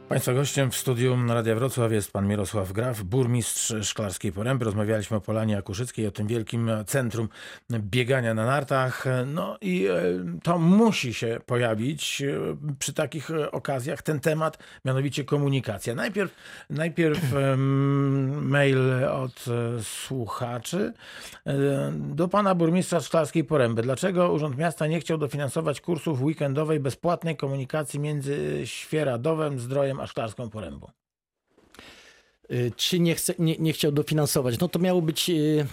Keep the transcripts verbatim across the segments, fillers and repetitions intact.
Państwa gościem w studiu Radia Wrocław jest pan Mirosław Graf, burmistrz Szklarskiej Poręby. Rozmawialiśmy o Polanie Akuszyckiej, o tym wielkim centrum biegania na nartach. No i to musi się pojawić przy takich okazjach ten temat, mianowicie komunikacja. Najpierw, najpierw mail od słuchaczy do pana burmistrza Szklarskiej Poręby. Dlaczego Urząd Miasta nie chciał dofinansować kursów weekendowej bezpłatnej komunikacji między Świeradowem, Zdrojem a Szklarską Porębą? Czy nie, chce, nie, nie chciał dofinansować? No to miało być yy,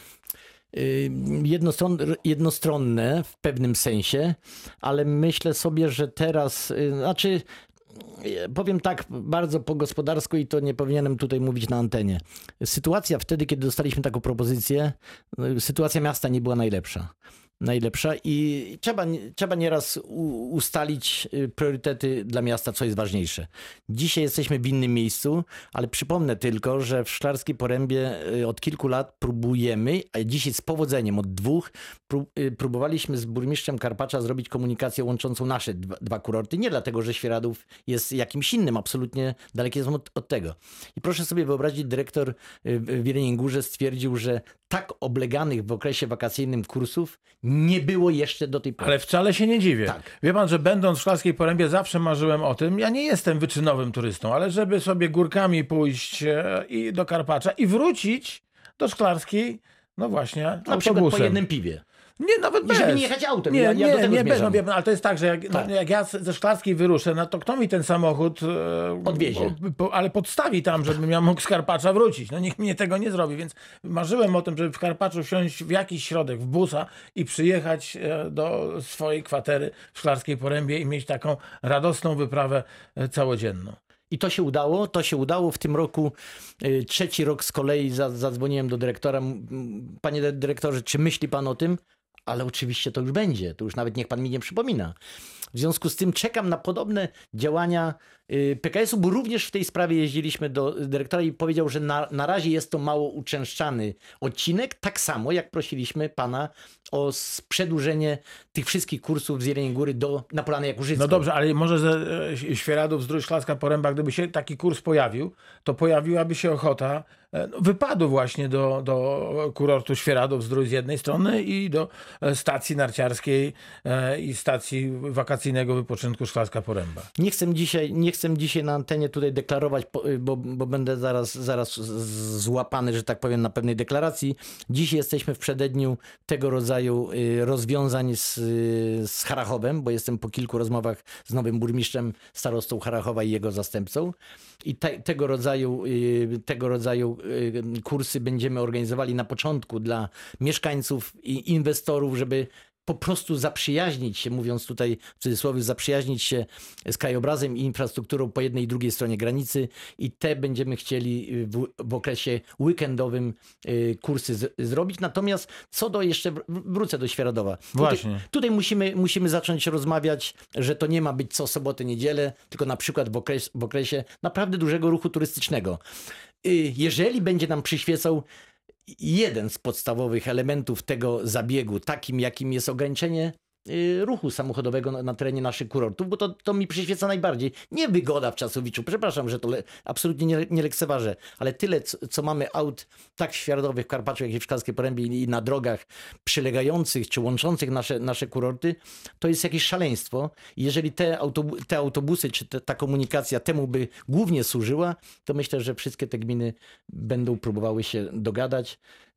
yy, jednostronne, jednostronne w pewnym sensie, ale myślę sobie, że teraz, yy, znaczy powiem tak bardzo po gospodarsku i to nie powinienem tutaj mówić na antenie. Sytuacja wtedy, kiedy dostaliśmy taką propozycję, sytuacja miasta nie była najlepsza. najlepsza i trzeba, trzeba nieraz ustalić priorytety dla miasta, co jest ważniejsze. Dzisiaj jesteśmy w innym miejscu, ale przypomnę tylko, że w Szklarskiej Porębie od kilku lat próbujemy, a dzisiaj z powodzeniem od dwóch, próbowaliśmy z burmistrzem Karpacza zrobić komunikację łączącą nasze dwa, dwa kurorty. Nie dlatego, że Świeradów jest jakimś innym, absolutnie daleki jest od, od tego. I proszę sobie wyobrazić, dyrektor w Jeleniej Górze stwierdził, że tak obleganych w okresie wakacyjnym kursów nie było jeszcze do tej pory. Ale wcale się nie dziwię. Tak. Wie pan, że będąc w Szklarskiej Porębie zawsze marzyłem o tym, ja nie jestem wyczynowym turystą, ale żeby sobie górkami pójść i do Karpacza i wrócić do Szklarskiej, no właśnie, Na autobusem. przykład po jednym piwie. Nie, nawet bez. Żeby nie jechać autem. Nie, ja, nie, ja do tego nie bez, no, zmierzam. wie pan, ale to jest tak, że jak, Tak. no, jak ja ze Szklarskiej wyruszę, no to kto mi ten samochód e, Odwiezie. Po, ale podstawi tam, żebym ja mógł z Karpacza wrócić. No nikt mnie tego nie zrobi, więc marzyłem o tym, żeby w Karpaczu wsiąść w jakiś środek, w busa i przyjechać e, do swojej kwatery w Szklarskiej Porębie i mieć taką radosną wyprawę e, całodzienną. I to się udało, to się udało. W tym roku, y, trzeci rok z kolei za, zadzwoniłem do dyrektora. M, Panie dyrektorze, czy myśli pan o tym? Ale oczywiście to już będzie. To już nawet niech pan mi nie przypomina. W związku z tym czekam na podobne działania y, P K S u, bo również w tej sprawie jeździliśmy do dyrektora i powiedział, że na, na razie jest to mało uczęszczany odcinek, tak samo jak prosiliśmy pana o przedłużenie tych wszystkich kursów z Jeleniej Góry do, na Polanę Jakuszycką. No dobrze, ale może ze e, Świeradów, Zdrój, Szklarska Poręba, gdyby się taki kurs pojawił, to pojawiłaby się ochota e, no, wypadu właśnie do, do kurortu Świeradów, Zdrój z jednej strony i do e, stacji narciarskiej e, i stacji wakacyjnego wypoczynku Szklarska Poręba. Nie chcę dzisiaj, nie chcę dzisiaj na antenie tutaj deklarować, bo, bo będę zaraz, zaraz złapany, że tak powiem, na pewnej deklaracji. Dziś jesteśmy w przededniu tego rodzaju rozwiązań z, z Harrachowem, bo jestem po kilku rozmowach z nowym burmistrzem, starostą Harrachowa i jego zastępcą. I te, tego rodzaju, tego rodzaju kursy będziemy organizowali na początku dla mieszkańców i inwestorów, żeby po prostu zaprzyjaźnić się, mówiąc tutaj w cudzysłowie, zaprzyjaźnić się z krajobrazem i infrastrukturą po jednej i drugiej stronie granicy i te będziemy chcieli w, w okresie weekendowym y, kursy z, zrobić. Natomiast co do jeszcze, wrócę do Świeradowa. Właśnie. Tutaj, tutaj musimy, musimy zacząć rozmawiać, że to nie ma być co sobotę, niedzielę, tylko na przykład w okresie, w okresie naprawdę dużego ruchu turystycznego. Y, jeżeli będzie nam przyświecał jeden z podstawowych elementów tego zabiegu, takim jakim jest ograniczenie ruchu samochodowego na, na terenie naszych kurortów, bo to, to mi przyświeca najbardziej. Nie wygoda w Czasowiczu, przepraszam, że to le, absolutnie nie, nie lekceważę, ale tyle, co, co mamy aut tak świeradowych w Karpaczu, jak i w Szklarskiej Porębie i na drogach przylegających czy łączących nasze, nasze kurorty, to jest jakieś szaleństwo. I jeżeli te, autobu te autobusy czy te, ta komunikacja temu by głównie służyła, to myślę, że wszystkie te gminy będą próbowały się dogadać.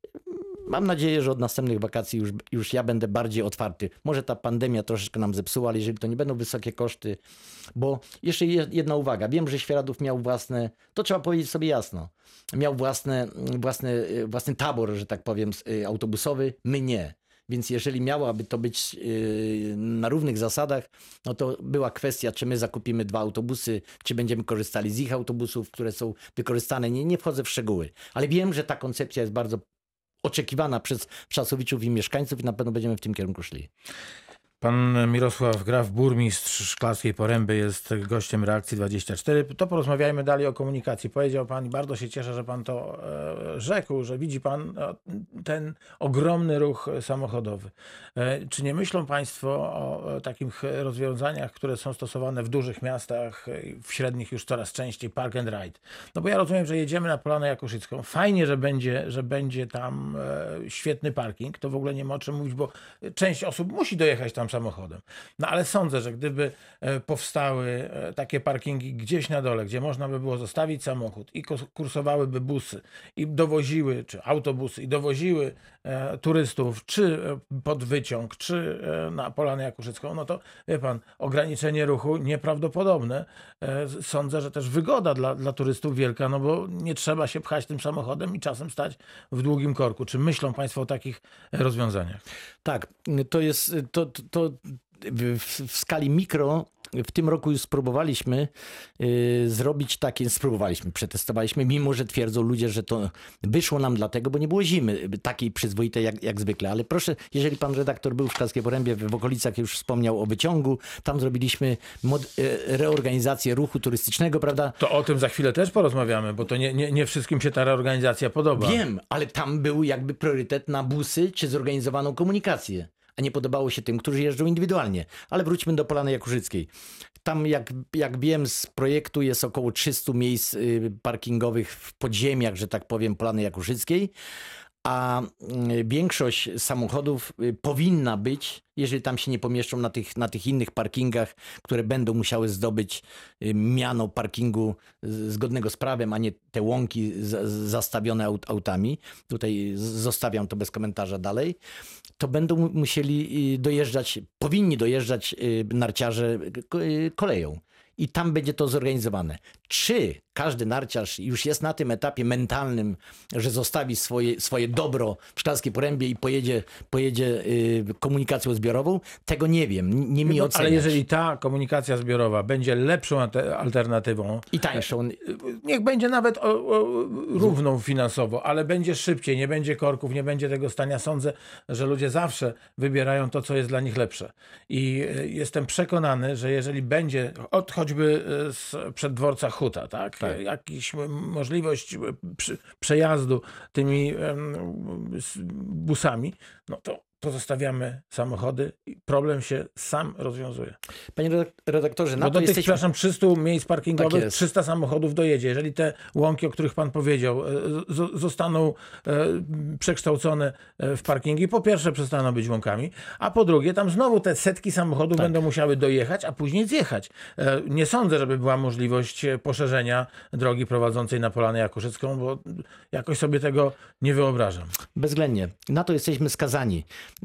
Mam nadzieję, że od następnych wakacji już, już ja będę bardziej otwarty. Może ta pandemia troszeczkę nam zepsuła, ale jeżeli to nie będą wysokie koszty, bo jeszcze jedna uwaga. Wiem, że Świeradów miał własne, to trzeba powiedzieć sobie jasno, miał własne, własne, własny tabor, że tak powiem, autobusowy, my nie. Więc jeżeli miałaby to być yy, na równych zasadach, no to była kwestia, czy my zakupimy dwa autobusy, czy będziemy korzystali z ich autobusów, które są wykorzystane. Nie, nie wchodzę w szczegóły, ale wiem, że ta koncepcja jest bardzo oczekiwana przez Czasowiczów i mieszkańców i na pewno będziemy w tym kierunku szli. Pan Mirosław Graf, burmistrz Szklarskiej Poręby, jest gościem Reakcji dwadzieścia cztery. To porozmawiajmy dalej o komunikacji. Powiedział pan i bardzo się cieszę, że pan to e, rzekł, że widzi pan e, ten ogromny ruch samochodowy. E, czy nie myślą państwo o, o takich rozwiązaniach, które są stosowane w dużych miastach, w średnich już coraz częściej, park and ride? No bo ja rozumiem, że jedziemy na Polanę Jakuszycką. Fajnie, że będzie, że będzie tam e, świetny parking. To w ogóle nie ma o czym mówić, bo część osób musi dojechać tam samochodem. No ale sądzę, że gdyby powstały takie parkingi gdzieś na dole, gdzie można by było zostawić samochód i kursowałyby busy i dowoziły, czy autobusy i dowoziły e, turystów, czy pod wyciąg, czy e, na Polanę Jakuszycką, no to wie pan, ograniczenie ruchu nieprawdopodobne. E, sądzę, że też wygoda dla, dla turystów wielka, no bo nie trzeba się pchać tym samochodem i czasem stać w długim korku. Czy myślą państwo o takich rozwiązaniach? Tak, to jest, to, to w, w skali mikro w tym roku już spróbowaliśmy y, zrobić takie, spróbowaliśmy, przetestowaliśmy, mimo że twierdzą ludzie, że to wyszło nam dlatego, bo nie było zimy takiej przyzwoitej jak, jak zwykle. Ale proszę, jeżeli pan redaktor był w Szklarskiej Porębie, w, w okolicach już wspomniał o wyciągu, tam zrobiliśmy mod, y, reorganizację ruchu turystycznego, prawda? To o tym za chwilę też porozmawiamy, bo to nie, nie, nie wszystkim się ta reorganizacja podoba. Wiem, ale tam był jakby priorytet na busy czy zorganizowaną komunikację, a nie podobało się tym, którzy jeżdżą indywidualnie. Ale wróćmy do Polany Jakuszyckiej. Tam, jak, jak wiem, z projektu jest około trzysta miejsc y, parkingowych w podziemiach, że tak powiem, Polany Jakuszyckiej, a y, większość samochodów y, powinna być, jeżeli tam się nie pomieszczą na tych, na tych innych parkingach, które będą musiały zdobyć y, miano parkingu y, zgodnego z prawem, a nie te łąki z, zastawione aut, autami. Tutaj zostawiam to bez komentarza dalej. To będą musieli dojeżdżać, powinni dojeżdżać narciarze koleją. I tam będzie to zorganizowane. Czy każdy narciarz już jest na tym etapie mentalnym, że zostawi swoje, swoje dobro w Szklarskiej Porębie i pojedzie, pojedzie y, komunikacją zbiorową? Tego nie wiem, nie mi oceniać. Ale jeżeli ta komunikacja zbiorowa będzie lepszą alternatywą i tańszą, niech będzie nawet o, o, równą finansowo, ale będzie szybciej, nie będzie korków, nie będzie tego stania. Sądzę, że ludzie zawsze wybierają to, co jest dla nich lepsze. I jestem przekonany, że jeżeli będzie od choćby z przeddworca Huta, tak? tak. Jakaś możliwość przejazdu tymi busami, no to pozostawiamy samochody i problem się sam rozwiązuje. Panie redaktorze, na Bo to do tych, jesteśmy... przepraszam, trzysta miejsc parkingowych, tak trzysta samochodów dojedzie. Jeżeli te łąki, o których pan powiedział, z- zostaną e, przekształcone w parkingi, po pierwsze przestaną być łąkami, a po drugie tam znowu te setki samochodów tak. będą musiały dojechać, a później zjechać. E, nie sądzę, żeby była możliwość poszerzenia drogi prowadzącej na Polanę Jakuszycką, bo jakoś sobie tego nie wyobrażam. Bezwzględnie. Na to jesteśmy skazani.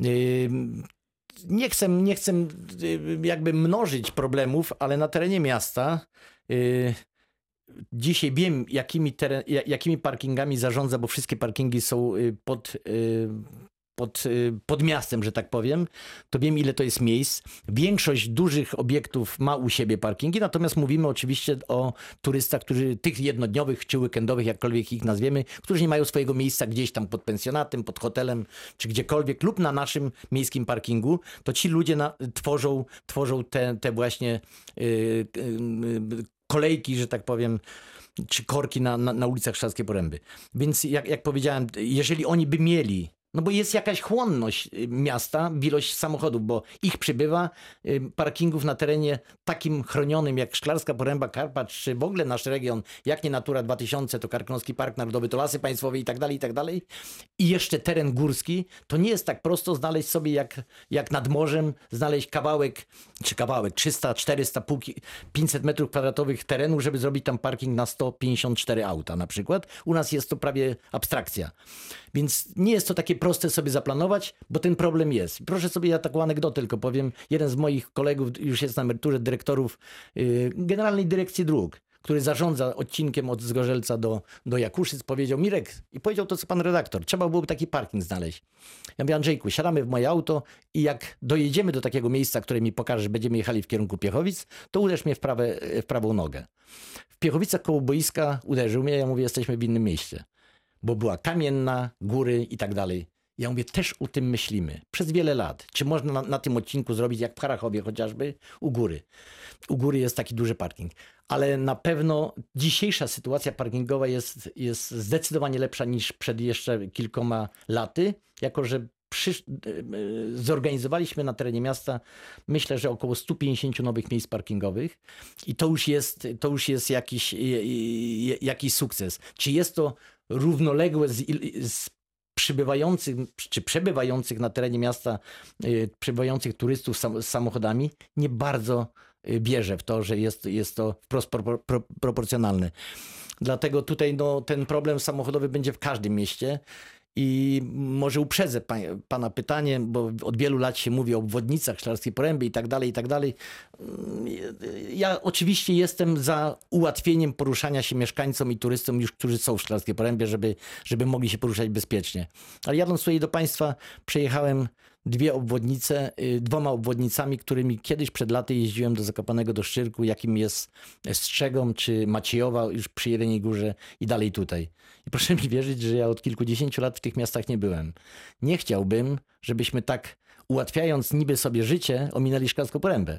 Nie chcę, nie chcę jakby mnożyć problemów, ale na terenie miasta dzisiaj wiem, jakimi, teren, jakimi parkingami zarządza, bo wszystkie parkingi są pod, pod, pod miastem, że tak powiem. To wiem, ile to jest miejsc. Większość dużych obiektów ma u siebie parkingi, natomiast mówimy oczywiście o turystach, którzy tych jednodniowych czy weekendowych, jakkolwiek ich nazwiemy, którzy nie mają swojego miejsca gdzieś tam pod pensjonatem, pod hotelem, czy gdziekolwiek, lub na naszym miejskim parkingu. To ci ludzie na, tworzą, tworzą te, te właśnie yy, yy, kolejki, że tak powiem, czy korki na, na, na ulicach Szklarskiej Poręby. Więc jak, jak powiedziałem, jeżeli oni by mieli, no bo jest jakaś chłonność miasta, ilość samochodów, bo ich przybywa, parkingów na terenie takim chronionym jak Szklarska Poręba, Karpacz, czy w ogóle nasz region, jak nie Natura dwa tysiące, to Karkonoski Park Narodowy, to Lasy Państwowe i tak dalej, i tak dalej. I jeszcze teren górski, to nie jest tak prosto znaleźć sobie jak, jak nad morzem, znaleźć kawałek, czy kawałek, trzysta, czterysta, pięćset metrów kwadratowych terenu, żeby zrobić tam parking na sto pięćdziesiąt cztery auta na przykład. U nas jest to prawie abstrakcja. Więc nie jest to takie proste sobie zaplanować, bo ten problem jest. Proszę sobie, ja taką anegdotę tylko powiem. Jeden z moich kolegów już jest na emeryturze, dyrektorów yy, Generalnej Dyrekcji Dróg, który zarządza odcinkiem od Zgorzelca do, do Jakuszyc, powiedział: Mirek, i powiedział to, co pan redaktor, trzeba byłoby taki parking znaleźć. Ja mówię: Andrzejku, siadamy w moje auto i jak dojedziemy do takiego miejsca, które mi pokaże, że będziemy jechali w kierunku Piechowic, to uderz mnie w, prawe, w prawą nogę. W Piechowicach koło boiska uderzył mnie, ja mówię: jesteśmy w innym mieście. Bo była kamienna, góry i tak dalej. Ja mówię, też o tym myślimy. Przez wiele lat. Czy można na, na tym odcinku zrobić, jak w Harachowie chociażby, u góry. U góry jest taki duży parking. Ale na pewno dzisiejsza sytuacja parkingowa jest, jest zdecydowanie lepsza niż przed jeszcze kilkoma laty, jako że Przysz... zorganizowaliśmy na terenie miasta, myślę, że około sto pięćdziesiąt nowych miejsc parkingowych i to już jest, to już jest jakiś, jakiś sukces. Czy jest to równoległe z, z przybywających, czy przebywających na terenie miasta, przebywających turystów sam, z samochodami? Nie bardzo wierzę w to, że jest, jest to wprost pro, pro, proporcjonalne. Dlatego tutaj no, ten problem samochodowy będzie w każdym mieście. I może uprzedzę pa, pana pytanie, bo od wielu lat się mówi o obwodnicach Szklarskiej Poręby i tak dalej, i tak dalej. Ja oczywiście jestem za ułatwieniem poruszania się mieszkańcom i turystom już, którzy są w Szklarskiej Porębie, żeby, żeby mogli się poruszać bezpiecznie. Ale jadąc tutaj do państwa, przejechałem dwie obwodnice, dwoma obwodnicami, którymi kiedyś przed laty jeździłem do Zakopanego, do Szczyrku, jakim jest Strzegom czy Maciejowa już przy Jeleniej Górze i dalej tutaj. I proszę mi wierzyć, że ja od kilkudziesięciu lat w tych miastach nie byłem. Nie chciałbym, żebyśmy tak ułatwiając niby sobie życie, ominęli Szklarską Porębę.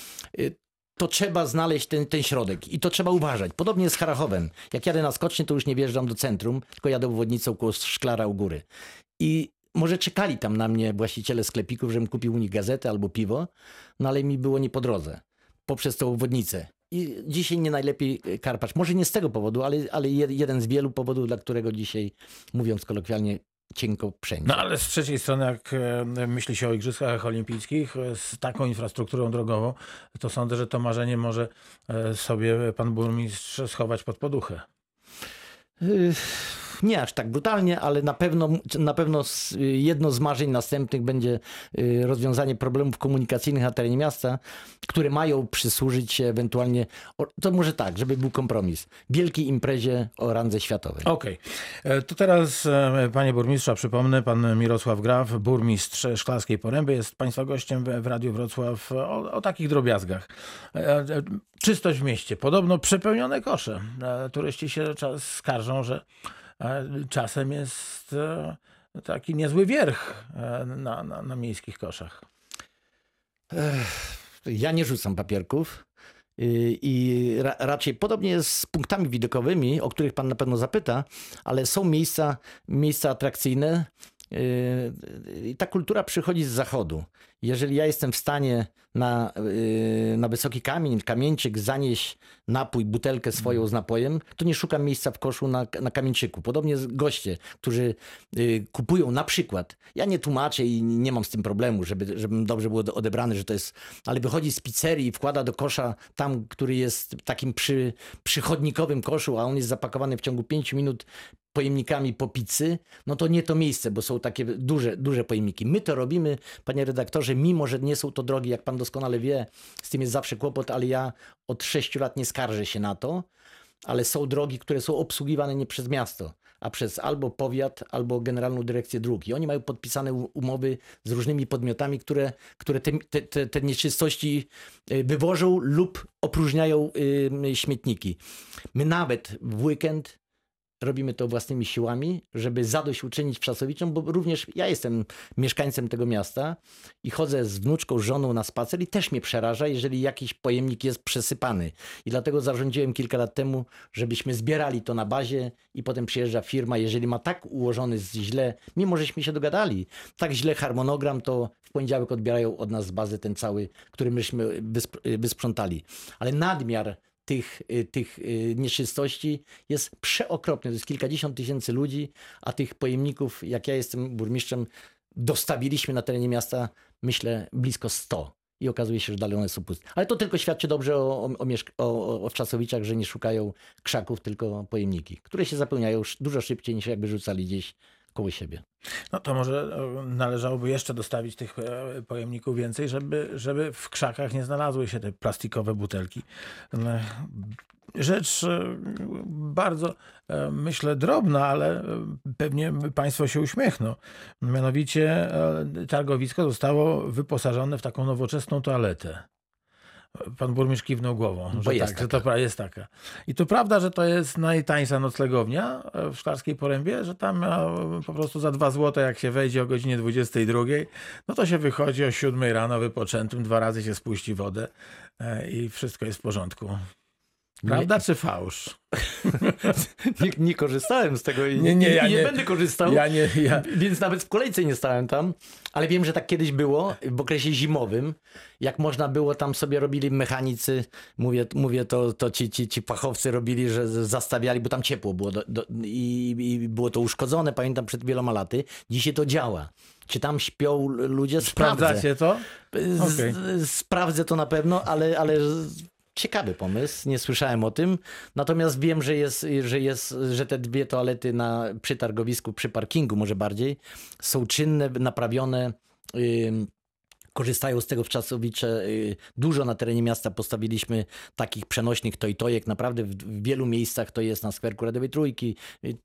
To trzeba znaleźć ten, ten środek i to trzeba uważać. Podobnie z Harachowem. Jak jadę na skocznie, to już nie wjeżdżam do centrum, tylko jadę obwodnicą koło Szklara u góry. I może czekali tam na mnie właściciele sklepików, żebym kupił u nich gazetę albo piwo, no ale mi było nie po drodze. Poprzez tą obwodnicę. I dzisiaj nie najlepiej karpacz. Może nie z tego powodu, ale, ale jeden z wielu powodów, dla którego dzisiaj, mówiąc kolokwialnie, cienko wszędzie. No ale z trzeciej strony, jak myśli się o Igrzyskach Olimpijskich z taką infrastrukturą drogową, to sądzę, że to marzenie może sobie pan burmistrz schować pod poduchę. Yy... Nie aż tak brutalnie, ale na pewno, na pewno jedno z marzeń następnych będzie rozwiązanie problemów komunikacyjnych na terenie miasta, które mają przysłużyć się ewentualnie, to może tak, żeby był kompromis, wielkiej imprezie o randze światowej. Okej. Okay. To teraz, panie burmistrza, przypomnę, pan Mirosław Graf, burmistrz Szklarskiej Poręby, jest państwa gościem w Radiu Wrocław o, o takich drobiazgach. Czystość w mieście, podobno przepełnione kosze. Turyści się czas skarżą, że czasem jest taki niezły wierch na, na, na miejskich koszach. Ja nie rzucam papierków i ra, raczej podobnie jest z punktami widokowymi, o których pan na pewno zapyta, ale są miejsca, miejsca atrakcyjne i ta kultura przychodzi z zachodu. Jeżeli ja jestem w stanie na, na wysoki kamień, kamieńczyk zanieść napój, butelkę swoją z napojem, to nie szukam miejsca w koszu na, na kamieńczyku. Podobnie goście, którzy kupują na przykład, ja nie tłumaczę i nie mam z tym problemu, żeby, żebym dobrze było odebrany, że to jest, ale wychodzi z pizzerii i wkłada do kosza tam, który jest takim przy, przychodnikowym koszu, a on jest zapakowany w ciągu pięciu minut pojemnikami po pizzy, no to nie to miejsce, bo są takie duże, duże pojemniki. My to robimy, panie redaktorze, mimo że nie są to drogi, jak pan doskonale wie, z tym jest zawsze kłopot, ale ja od sześciu lat nie skarżę się na to, ale są drogi, które są obsługiwane nie przez miasto, a przez albo powiat, albo Generalną Dyrekcję Dróg. I oni mają podpisane umowy z różnymi podmiotami, które, które te, te, te nieczystości wywożą lub opróżniają śmietniki. My nawet w weekend robimy to własnymi siłami, żeby zadośćuczynić Przasowiczom, bo również ja jestem mieszkańcem tego miasta i chodzę z wnuczką, z żoną na spacer i też mnie przeraża, jeżeli jakiś pojemnik jest przesypany. I dlatego zarządziłem kilka lat temu, żebyśmy zbierali to na bazie i potem przyjeżdża firma, jeżeli ma tak ułożony źle, mimo żeśmy się dogadali, tak źle harmonogram, to w poniedziałek odbierają od nas z bazy ten cały, który myśmy wysprzątali. Ale nadmiar tych, tych nieczystości jest przeokropny. To jest kilkadziesiąt tysięcy ludzi, a tych pojemników, jak ja jestem burmistrzem, dostawiliśmy na terenie miasta, myślę, blisko sto. I okazuje się, że dalej one są puste. Ale to tylko świadczy dobrze o, o, o, o Wczasowiczach, że nie szukają krzaków, tylko pojemniki, które się zapełniają dużo szybciej niż jakby rzucali gdzieś koło siebie. No to może należałoby jeszcze dostawić tych pojemników więcej, żeby, żeby w krzakach nie znalazły się te plastikowe butelki. Rzecz bardzo, myślę, drobna, ale pewnie państwo się uśmiechną. Mianowicie targowisko zostało wyposażone w taką nowoczesną toaletę. Pan burmistrz kiwnął głową, Bo że jest tak, że taka. to pra- jest taka. I to prawda, że to jest najtańsza noclegownia w Szklarskiej Porębie, że tam e, po prostu za dwa złote, jak się wejdzie o godzinie dwudziestej drugiej, no to się wychodzi o siódmej rano wypoczętym, dwa razy się spuści wodę e, i wszystko jest w porządku. Prawda czy fałsz? Nie, nie korzystałem z tego i Nie, nie, ja i nie, nie- będę korzystał. Ja nie, ja, Więc nawet w kolejce nie stałem tam, ale wiem, że tak kiedyś było w okresie zimowym, jak można było, tam sobie robili mechanicy, mówię, mówię to, to ci, ci, ci fachowcy robili, że zastawiali, bo tam ciepło było do, do, i, i było to uszkodzone, pamiętam przed wieloma laty. Dzisiaj to działa. Czy tam śpią ludzie? Sprawdzę. sprawdzacie to? Z, Okej. Sprawdzę to na pewno, ale, ale ciekawy pomysł, nie słyszałem o tym. Natomiast wiem, że jest, że jest, że te dwie toalety na, przy targowisku, przy parkingu może bardziej, są czynne, naprawione. Ym, korzystają z tego w Czasowicze. Y, Dużo na terenie miasta postawiliśmy takich przenośnych tojtojek. Naprawdę w, w wielu miejscach to jest na skwerku Radowej Trójki, y,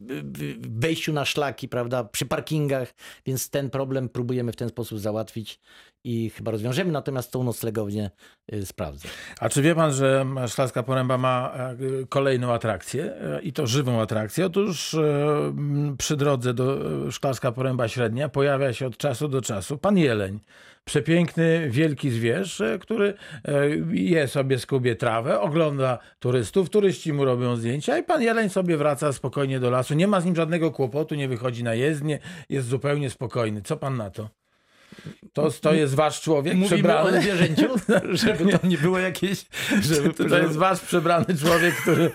w wejściu na szlaki, prawda, przy parkingach, więc ten problem próbujemy w ten sposób załatwić i chyba rozwiążemy, natomiast tą noclegownię y, sprawdzę. A czy wie pan, że Szklarska Poręba ma e, kolejną atrakcję e, i to żywą atrakcję? Otóż e, m, przy drodze do e, Szklarska Poręba Średnia pojawia się od czasu do czasu pan jeleń. Przepiękny, wielki zwierz, e, który e, je sobie, skubie trawę, ogląda turystów, turyści mu robią zdjęcia i pan jeleń sobie wraca spokojnie do lasu. Nie ma z nim żadnego kłopotu, nie wychodzi na jezdnię, jest zupełnie spokojny. Co pan na to? To, to jest wasz człowiek Mówimy przebrany? o zwierzęciu, żeby to nie było jakieś... Żeby, To, to jest wasz przebrany człowiek, który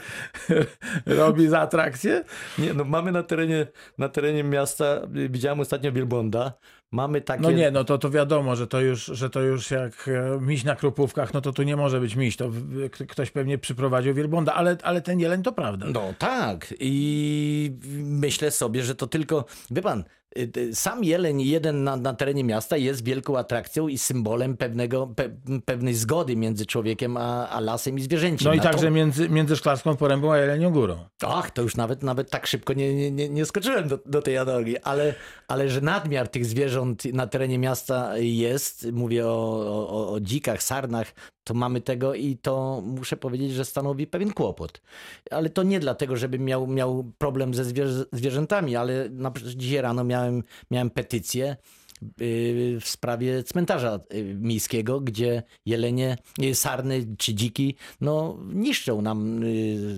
robi za atrakcję? Nie, no mamy na terenie, na terenie miasta, widziałem ostatnio wielbłąda, mamy takie... No nie, no to, to wiadomo, że to już, że to już jak e, miś na krupówkach, no to tu nie może być miś, to w- k- ktoś pewnie przyprowadził wielbłąda, ale, ale ten jeleń to prawda. No tak i myślę sobie, że to tylko, wie pan, y, y, sam jeleń jeden na, na terenie miasta jest wielką atrakcją i symbolem pewnego, pe, pewnej zgody między człowiekiem a, a lasem i zwierzęciem. No i Na to- także między, między Szklarską Porębą a Jelenią Górą. Ach, to już nawet, nawet tak szybko nie, nie, nie, nie skoczyłem do, do tej analogii, ale, ale że nadmiar tych zwierząt na terenie miasta jest, mówię o, o, o dzikach, sarnach, to mamy tego i to muszę powiedzieć, że stanowi pewien kłopot. Ale to nie dlatego, żebym miał, miał problem ze zwierzę, zwierzętami, ale na, przykład dzisiaj rano miałem, miałem petycję yy, w sprawie cmentarza yy, miejskiego, gdzie jelenie, yy, sarny czy dziki no, niszczą nam yy,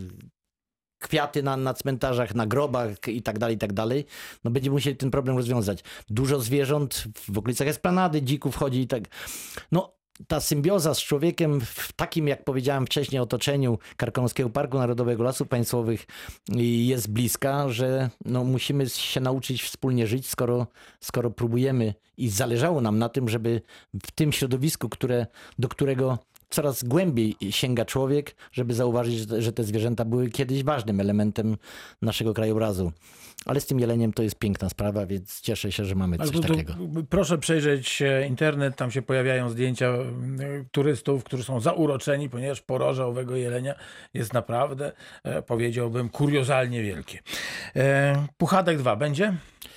kwiaty na, na cmentarzach, na grobach i tak dalej, i tak dalej. No będziemy musieli ten problem rozwiązać. Dużo zwierząt w okolicach Esplanady, dzików chodzi i tak. No ta symbioza z człowiekiem w takim, jak powiedziałem wcześniej, otoczeniu Karkonoskiego Parku Narodowego, Lasów Państwowych jest bliska, że no, musimy się nauczyć wspólnie żyć, skoro, skoro próbujemy i zależało nam na tym, żeby w tym środowisku, które, do którego coraz głębiej sięga człowiek, żeby zauważyć, że- że te zwierzęta były kiedyś ważnym elementem naszego krajobrazu. Ale z tym jeleniem to jest piękna sprawa, więc cieszę się, że mamy Ale coś tu, tu, takiego. proszę przejrzeć e, internet, tam się pojawiają zdjęcia e, turystów, którzy są zauroczeni, ponieważ poroże owego jelenia jest naprawdę, e, powiedziałbym, kuriozalnie wielkie. E, Puchatek dwa będzie?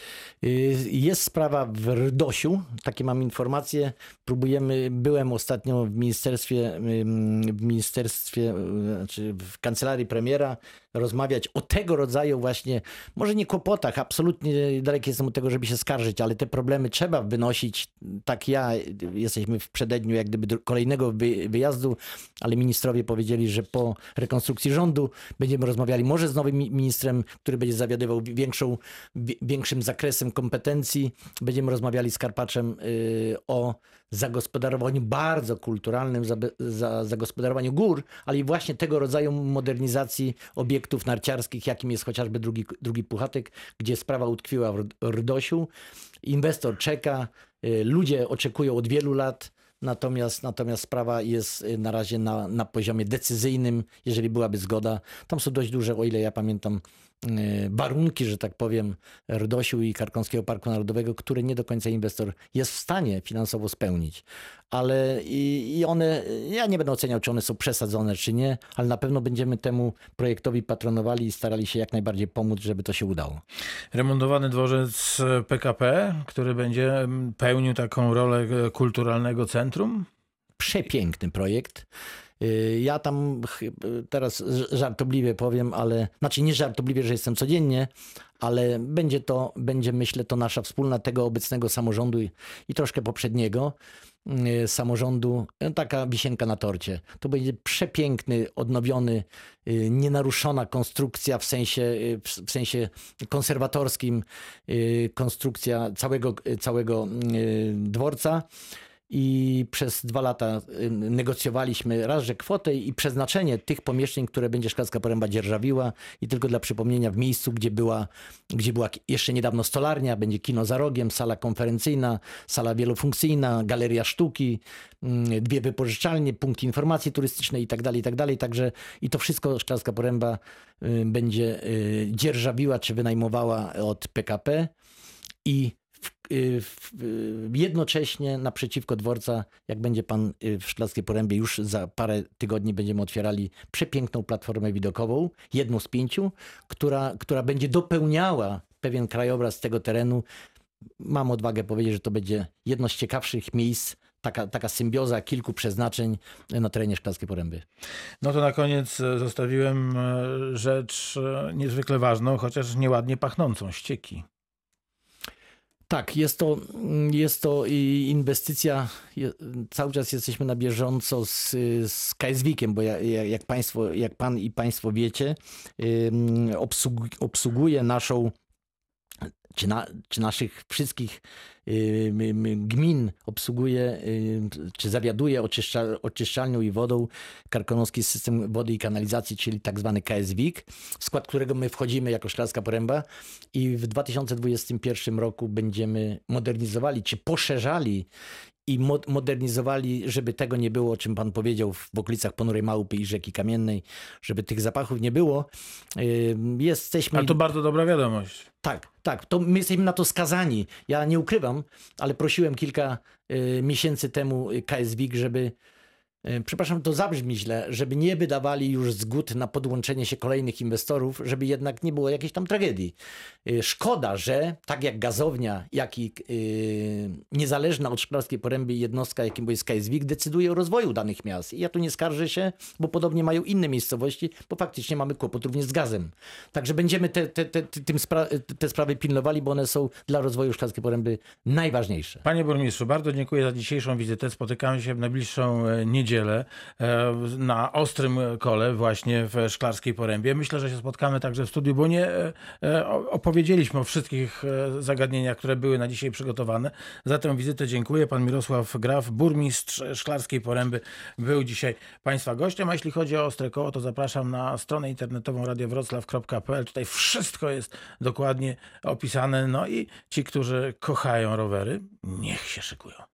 Y, Jest sprawa w Rdosiu, takie mam informacje. Próbujemy, byłem ostatnio w ministerstwie, ym, w ministerstwie, y, znaczy w kancelarii premiera rozmawiać o tego rodzaju właśnie, może nie kłopotach, absolutnie daleki jestem od tego, żeby się skarżyć, ale te problemy trzeba wynosić. Tak ja, jesteśmy w przededniu jak gdyby dru- kolejnego wy- wyjazdu, ale ministrowie powiedzieli, że po rekonstrukcji rządu będziemy rozmawiali może z nowym mi- ministrem, który będzie zawiadywał większą, wi- większym zakresem kompetencji. Będziemy rozmawiali z Karpaczem y, o zagospodarowaniu bardzo kulturalnym, zabe- za, zagospodarowaniu gór, ale i właśnie tego rodzaju modernizacji obiektów narciarskich, jakim jest chociażby drugi, drugi Puchatek, gdzie sprawa utkwiła w Rd- Rdosiu. Inwestor czeka, y, ludzie oczekują od wielu lat, natomiast, natomiast sprawa jest y, na razie na, na poziomie decyzyjnym, jeżeli byłaby zgoda. Tam są dość duże, o ile ja pamiętam, y, warunki, że tak powiem, Rdosiu i Karkonoskiego Parku Narodowego, które nie do końca inwestor jest w stanie finansowo spełnić. Ale i, i one, ja nie będę oceniał, czy one są przesadzone, czy nie, ale na pewno będziemy temu projektowi patronowali i starali się jak najbardziej pomóc, żeby to się udało. Remontowany dworzec P K P, który będzie mm, pełnił taką rolę e, kulturalnego centrum? przepiękny projekt. Y, Ja tam chy- teraz ż- żartobliwie powiem, ale znaczy nie żartobliwie, że jestem codziennie, ale będzie to, będzie myślę, to nasza wspólna tego obecnego samorządu i, i troszkę poprzedniego y, samorządu, y, taka wisienka na torcie. To będzie przepiękny, odnowiony, y, nienaruszona konstrukcja w sensie, y, w w sensie konserwatorskim, y, konstrukcja całego, całego y, dworca. I przez dwa lata y, negocjowaliśmy raz, że kwotę i przeznaczenie tych pomieszczeń, które będzie Szklarska Poręba dzierżawiła. I tylko dla przypomnienia, w miejscu, gdzie była, gdzie była jeszcze niedawno stolarnia, będzie kino za rogiem, sala konferencyjna, sala wielofunkcyjna, galeria sztuki, mm, dwie wypożyczalnie, punkt informacji turystycznej i tak dalej, i tak dalej. Także i to wszystko Szklarska Poręba y, będzie y, dzierżawiła czy wynajmowała od P K P i w, y, w, y, jednocześnie naprzeciwko dworca, jak będzie pan y, w Szklarskiej Porębie, już za parę tygodni będziemy otwierali przepiękną platformę widokową, jedną z pięciu, która, która będzie dopełniała pewien krajobraz tego terenu. Mam odwagę powiedzieć, że to będzie jedno z ciekawszych miejsc, taka, taka symbioza kilku przeznaczeń na terenie Szklarskiej Poręby. No to na koniec e, zostawiłem e, rzecz e, niezwykle ważną, chociaż nieładnie pachnącą, ścieki. Tak, jest to, jest to i inwestycja. je- Cały czas jesteśmy na bieżąco z, z K S W I K-iem, bo ja, ja- jak, państwo, jak pan i państwo wiecie, ym, obsług, obsługuje naszą, czy, na, czy naszych wszystkich ym, ym, gmin, obsługuje, ym, czy zawiaduje oczyszcza, oczyszczalnią i wodą Karkonoski System Wody i Kanalizacji, czyli tak zwany K S W I K, w skład którego my wchodzimy jako Szklarska Poręba i w dwa tysiące dwudziestym pierwszym roku będziemy modernizowali, czy poszerzali i mo- modernizowali, żeby tego nie było, o czym pan powiedział, w okolicach Ponurej Małpy i Rzeki Kamiennej, żeby tych zapachów nie było. Ym, Jesteśmy... Ale to bardzo dobra wiadomość. Tak, tak. To my jesteśmy na to skazani. Ja nie ukrywam, ale prosiłem kilka y, miesięcy temu y, K S W I K, żeby, y, przepraszam, to zabrzmi źle, żeby nie wydawali już zgód na podłączenie się kolejnych inwestorów, żeby jednak nie było jakiejś tam tragedii. Y, szkoda, że tak jak gazownia, jak i y, niezależna od Szklarskiej Poręby jednostka, jakim jest K S W I K, decyduje o rozwoju danych miast. I ja tu nie skarżę się, bo podobnie mają inne miejscowości, bo faktycznie mamy kłopot również z gazem. Także będziemy te, te, te, te, tym spra- te sprawy pilnowali, bo one są dla rozwoju Szklarskiej Poręby najważniejsze. Panie burmistrzu, bardzo dziękuję za dzisiejszą wizytę. Spotykamy się w najbliższą e, niedzielę e, na ostrym kole właśnie w Szklarskiej Porębie. Myślę, że się spotkamy także w studiu, bo nie e, e, opowiedzieliśmy o wszystkich e, zagadnieniach, które były na dzisiaj przygotowane. Za tę wizytę dziękuję. Pan Mirosław Graf, burmistrz Szklarskiej Poręby, był dzisiaj Państwa gościem. A jeśli chodzi o Ostre Koło, to zapraszam na stronę internetową radio wroclaw kropka p l. Tutaj wszystko jest dokładnie opisane. No i ci, którzy kochają rowery, niech się szykują.